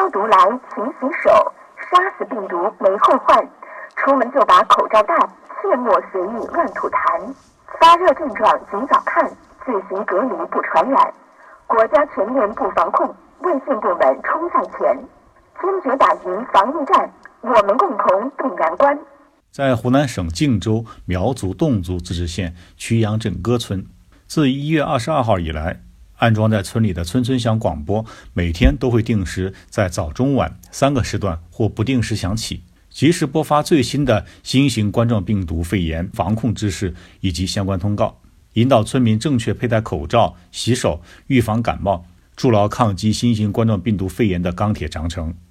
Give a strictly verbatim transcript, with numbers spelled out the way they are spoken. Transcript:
毒来勤洗手，杀死病毒没后患。出门就把口罩戴，切莫随意乱吐痰。发热症状尽早看，自行隔离不传染。国家全面不防控，卫健部门冲在前，坚决打赢防疫战，我们共同渡难关。 在湖南省靖州苗族侗族自治县曲阳镇歌村，自一月二十二号以来，安装在村里的村村响广播每天都会定时在早中晚三个时段或不定时响起，及时播发最新的新型冠状病毒肺炎防控知识以及相关通告，引导村民正确佩戴口罩、洗手，预防感冒，筑牢抗击新型冠状病毒肺炎的钢铁长城。